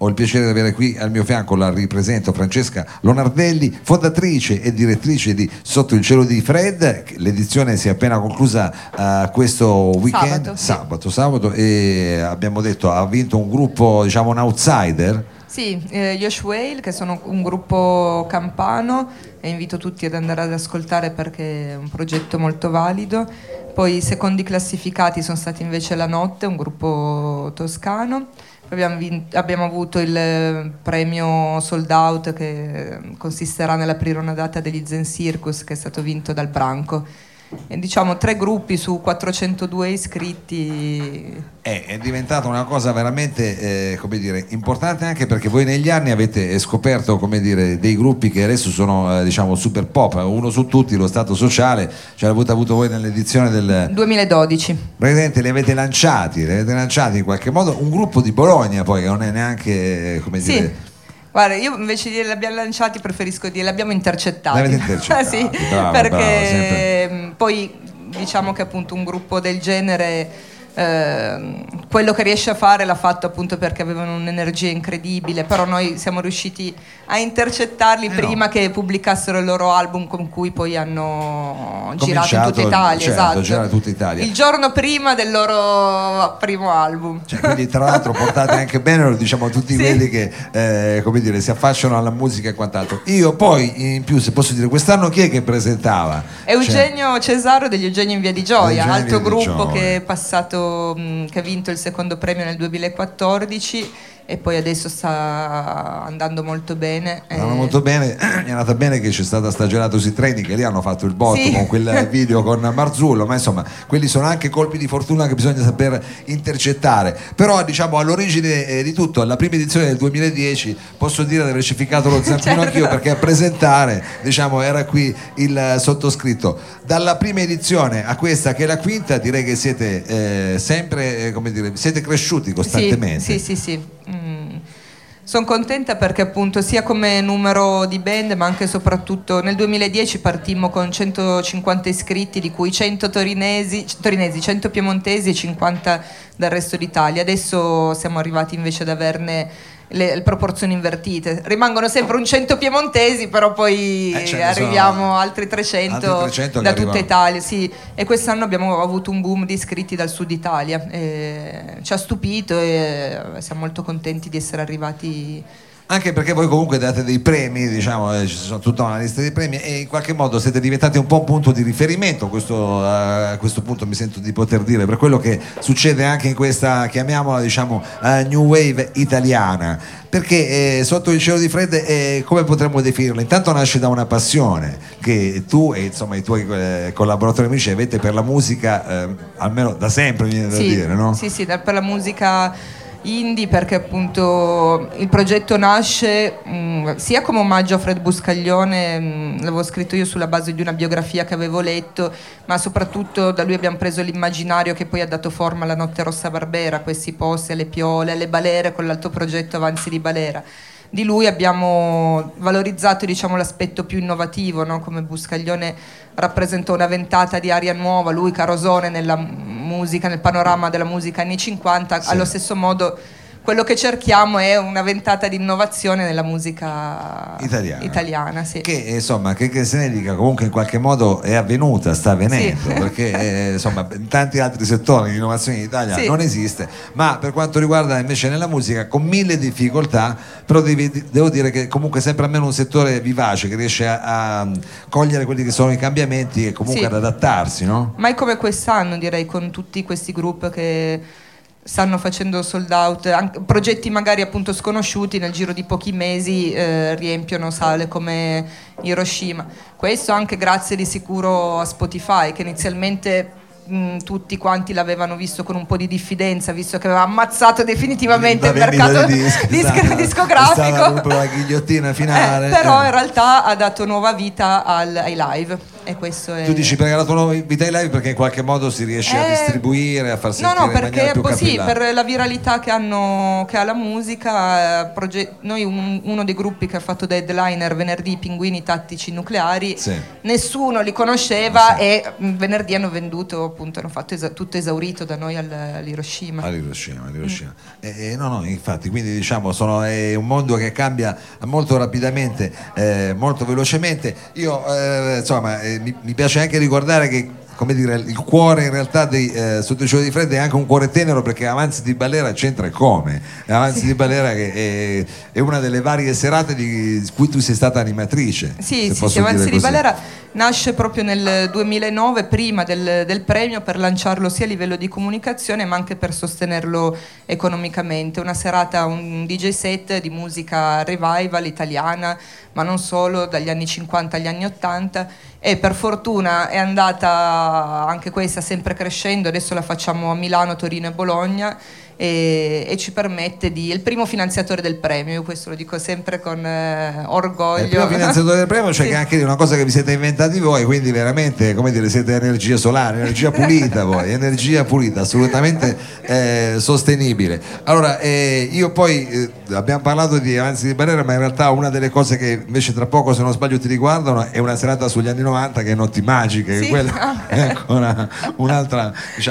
ho il piacere di avere qui al mio fianco, la ripresento, Francesca Lonardelli, fondatrice e direttrice di Sotto il cielo di Fred. L'edizione si è appena conclusa questo weekend, sabato, e abbiamo detto ha vinto un gruppo, diciamo un outsider. Sì, Yosh Whale, che sono un gruppo campano, e invito tutti ad andare ad ascoltare perché è un progetto molto valido. Poi i secondi classificati sono stati invece La Notte, un gruppo toscano. Poi abbiamo avuto il premio Sold Out, che consisterà nell'aprire una data degli Zen Circus, che è stato vinto dal Branco. E diciamo 3 gruppi su 402 iscritti. È diventata una cosa veramente come dire, importante, anche perché voi negli anni avete scoperto, come dire, dei gruppi che adesso sono diciamo super pop. Uno su tutti, Lo Stato Sociale, ce l'avete avuto voi nell'edizione del 2012. Praticamente li avete lanciati in qualche modo. Un gruppo di Bologna poi, che non è neanche, come dire... Sì. Guarda, io invece di dire l'abbiamo lanciati preferisco dire l'abbiamo intercettati. L'avete intercettati, sì, bravo, perché bravo, poi diciamo che appunto un gruppo del genere quello che riesce a fare l'ha fatto appunto perché avevano un'energia incredibile, però noi siamo riusciti a intercettarli prima che pubblicassero il loro album, con cui poi hanno girato in tutta Italia. Certo, esatto, girare tutta Italia. Il giorno prima del loro primo album. Cioè, quindi tra l'altro portate anche bene, lo diciamo a tutti quelli che come dire, si affacciano alla musica e quant'altro. Io poi in più, se posso dire, quest'anno chi è che presentava? Eugenio Cesaro degli Eugenio in Via di Gioia, altro gruppo che è passato, che ha vinto il secondo premio nel 2014 e poi adesso sta andando molto bene. Molto bene, è andata bene che c'è stata Stagionato sui treni, che lì hanno fatto il botto con quel video con Marzullo, ma insomma quelli sono anche colpi di fortuna che bisogna saper intercettare. Però diciamo all'origine di tutto, alla prima edizione del 2010, posso dire di aver certificato lo zampino anch'io, perché a presentare diciamo era qui il sottoscritto. Dalla prima edizione a questa che è la quinta, direi che siete sempre come dire, siete cresciuti costantemente. Sì. Sono contenta perché appunto sia come numero di band, ma anche e soprattutto nel 2010 partimmo con 150 iscritti, di cui 100 torinesi, 100 piemontesi e 50 dal resto d'Italia. Adesso siamo arrivati invece ad averne le proporzioni invertite. Rimangono sempre un 100 piemontesi, però poi arriviamo altri 300 da tutta Italia. Sì. E quest'anno abbiamo avuto un boom di iscritti dal sud Italia. Ci ha stupito e siamo molto contenti di essere arrivati. Anche perché voi comunque date dei premi, diciamo, ci sono tutta una lista di premi e in qualche modo siete diventati un po' un punto di riferimento, a questo punto mi sento di poter dire, per quello che succede anche in questa, chiamiamola diciamo, new wave italiana, perché Sotto il cielo di Fred, come potremmo definirla? Intanto nasce da una passione che tu e insomma i tuoi collaboratori amici avete per la musica, almeno da sempre viene da dire, no? Sì, per la musica indie, perché appunto il progetto nasce sia come omaggio a Fred Buscaglione, l'avevo scritto io sulla base di una biografia che avevo letto, ma soprattutto da lui abbiamo preso l'immaginario che poi ha dato forma alla Notte Rossa Barbera, questi posti, alle Piole, alle Balere, con l'altro progetto Avanzi di Balera. Di lui abbiamo valorizzato diciamo l'aspetto più innovativo, no? Come Buscaglione rappresentò una ventata di aria nuova, lui Carosone nella musica, nel panorama della musica anni 50, allo stesso modo quello che cerchiamo è una ventata di innovazione nella musica italiana sì. Che insomma che se ne dica, comunque in qualche modo è avvenuta, sta avvenendo, perché insomma in tanti altri settori l'innovazione in Italia non esiste, ma per quanto riguarda invece nella musica con 1000 difficoltà, però devo dire che comunque sempre almeno un settore vivace che riesce a cogliere quelli che sono i cambiamenti e comunque ad adattarsi, no? Mai come quest'anno, direi, con tutti questi gruppi che stanno facendo sold out, anche progetti magari appunto sconosciuti nel giro di pochi mesi riempiono sale come Hiroshima. Questo anche grazie di sicuro a Spotify, che inizialmente tutti quanti l'avevano visto con un po' di diffidenza, visto che aveva ammazzato definitivamente il mercato discografico, la ghigliottina finale, però in realtà ha dato nuova vita ai live. e questo è... Tu dici perché la tua vita in live perché in qualche modo si riesce a distribuire, a far sentire no, in maniera perché più sì, capillare. per la viralità che ha la musica, noi uno dei gruppi che ha fatto da headliner venerdì i Pinguini Tattici Nucleari, Sì. nessuno li conosceva Sì. e venerdì hanno venduto, appunto, hanno fatto tutto esaurito da noi all'Hiroshima. All'Hiroshima. No, infatti, quindi diciamo è un mondo che cambia molto rapidamente, molto velocemente. Io insomma mi piace anche ricordare che, come dire, il cuore in realtà Sotto il cielo di Fred è anche un cuore tenero, perché Avanzi di Ballera c'entra e come. Avanzi di Ballera che è una delle varie serate di cui tu sei stata animatrice. Sì, Avanzi di Ballera nasce proprio nel 2009, prima del premio, per lanciarlo sia a livello di comunicazione ma anche per sostenerlo economicamente. Una serata, un DJ set di musica revival italiana, ma non solo, dagli anni 50 agli anni 80, e per fortuna è andata anche questa sempre crescendo. Adesso la facciamo a Milano, Torino e Bologna, e ci permette è il primo finanziatore del premio. Io questo lo dico sempre con orgoglio. Il primo finanziatore del premio, cioè sì. Che anche lì è una cosa che vi siete inventati voi, quindi veramente, come dire, siete energia solare, energia pulita voi, energia pulita, assolutamente sostenibile. Allora, io poi abbiamo parlato di Avanzi di Ballera, ma in realtà una delle cose che invece tra poco, se non sbaglio, ti riguardano è una serata sugli anni 90 che è Notti Magiche, sì. Quella è ancora un'altra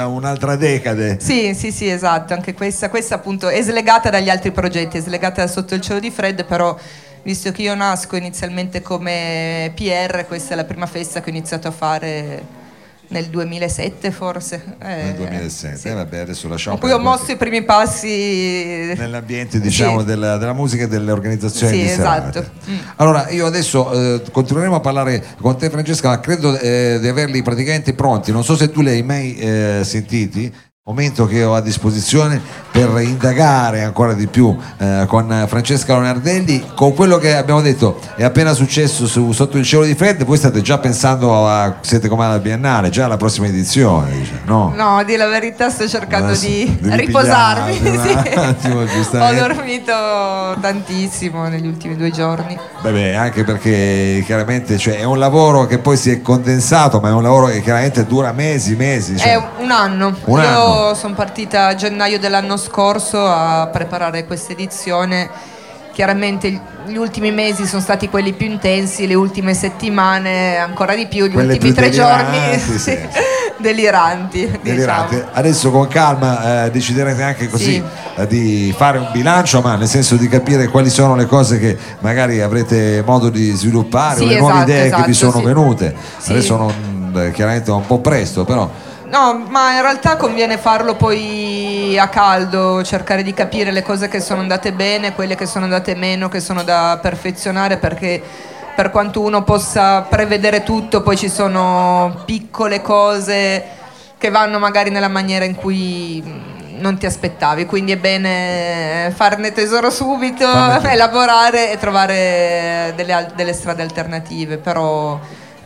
decade. Sì, esatto, anche questa appunto è slegata dagli altri progetti, è slegata da Sotto il cielo di Fred, però visto che io nasco inizialmente come PR, questa è la prima festa che ho iniziato a fare nel 2007 forse. Nel 2007, sì. Vabbè, adesso lasciamo. Poi ho mosso i primi passi nell'ambiente, diciamo, sì. della musica e delle organizzazioni di serate. Esatto. Allora, io adesso continueremo a parlare con te, Francesca, ma credo di averli praticamente pronti. Non so se tu li hai mai sentiti. Momento che ho a disposizione per indagare ancora di più con Francesca Lonardelli, con quello che abbiamo detto è appena successo su Sotto il cielo di Fred. Voi state già pensando siete come alla Biennale, già alla prossima edizione, diciamo, no? No, di la verità sto cercando di riposarmi. Sì. Attimo, ho dormito tantissimo negli ultimi 2 giorni. Beh, anche perché chiaramente, cioè, è un lavoro che poi si è condensato, ma è un lavoro che chiaramente dura mesi. Cioè, è un anno. Io sono partita a gennaio dell'anno scorso a preparare questa edizione. Chiaramente gli ultimi mesi sono stati quelli più intensi, le ultime settimane ancora di più, gli ultimi 3 giorni sì. deliranti. Diciamo. Adesso con calma deciderete anche così sì. Di fare un bilancio, ma nel senso di capire quali sono le cose che magari avrete modo di sviluppare, o le nuove idee che vi sono venute. Sì. Adesso chiaramente è un po' presto, però. No, ma in realtà conviene farlo poi a caldo, cercare di capire le cose che sono andate bene, quelle che sono andate meno, che sono da perfezionare, perché per quanto uno possa prevedere tutto, poi ci sono piccole cose che vanno magari nella maniera in cui non ti aspettavi, quindi è bene farne tesoro subito, elaborare e trovare delle strade alternative. Però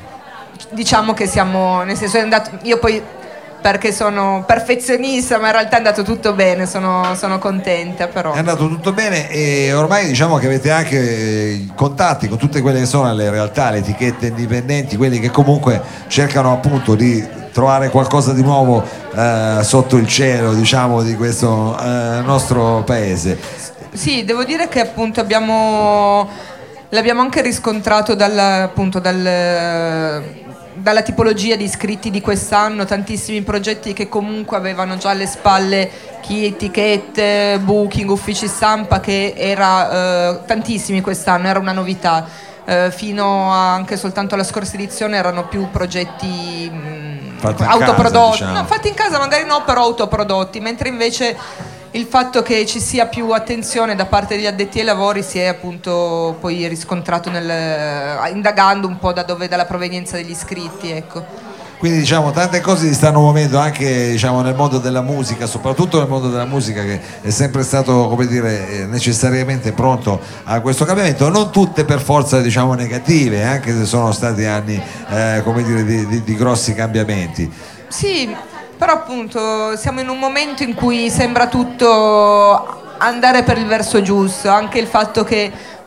diciamo che siamo, nel senso, è andato, io poi perché sono perfezionista, ma in realtà è andato tutto bene, sono contenta. Però è andato tutto bene, e ormai diciamo che avete anche contatti con tutte quelle che sono le realtà, le etichette indipendenti, quelli che comunque cercano appunto di trovare qualcosa di nuovo sotto il cielo, diciamo, di questo nostro paese. Sì, devo dire che appunto l'abbiamo anche riscontrato dalla tipologia di iscritti di quest'anno, tantissimi progetti che comunque avevano già alle spalle chi etichette, booking, uffici stampa, che era tantissimi quest'anno, era una novità. Fino anche soltanto alla scorsa edizione erano più progetti autoprodotti, diciamo. No, fatti in casa magari no, però autoprodotti, mentre invece il fatto che ci sia più attenzione da parte degli addetti ai lavori si è appunto poi riscontrato indagando un po' dalla provenienza degli iscritti, ecco. Quindi diciamo tante cose si stanno muovendo anche, diciamo, nel mondo della musica, soprattutto nel mondo della musica, che è sempre stato, come dire, necessariamente pronto a questo cambiamento, non tutte per forza, diciamo, negative, anche se sono stati anni come dire, di grossi cambiamenti. Sì, però appunto siamo in un momento in cui sembra tutto andare per il verso giusto, anche il fatto che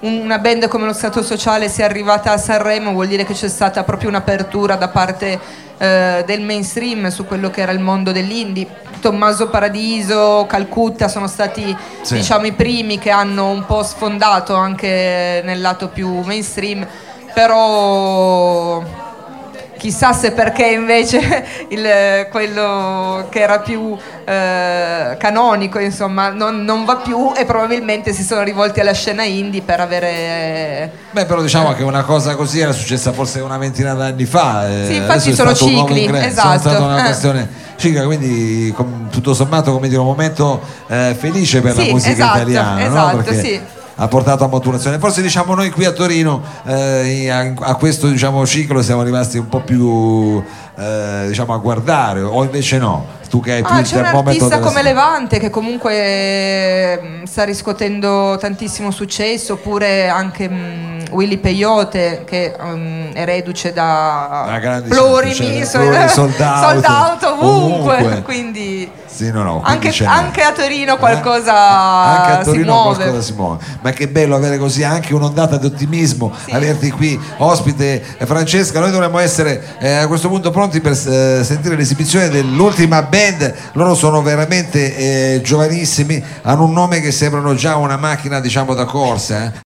una band come lo Stato Sociale sia arrivata a Sanremo vuol dire che c'è stata proprio un'apertura da parte del mainstream su quello che era il mondo dell'indie. Tommaso Paradiso, Calcutta sono stati diciamo i primi che hanno un po' sfondato anche nel lato più mainstream, però chissà se perché invece quello che era più canonico insomma non va più, e probabilmente si sono rivolti alla scena indie per avere però diciamo che una cosa così era successa forse una ventina d'anni fa, sì, infatti sono cicli, esatto, è stata una questione ciclica, quindi tutto sommato come dire un momento felice per la musica italiana, no? Perché ha portato a maturazione. Forse diciamo noi qui a Torino a questo diciamo ciclo siamo rimasti un po' più diciamo a guardare, o invece no? Tu che hai più il c'è un termometro artista come Levante che comunque sta riscuotendo tantissimo successo, oppure anche Willy Peyote che è reduce da plurimi sold out ovunque. Quindi sì, no, anche a Torino qualcosa anche a Torino si muove. Qualcosa si muove. Ma che bello avere così anche un'ondata di ottimismo, averti qui ospite, Francesca. Noi dovremmo essere a questo punto pronti per sentire l'esibizione dell'ultima band. Loro sono veramente giovanissimi, hanno un nome che sembrano già una macchina diciamo da corsa,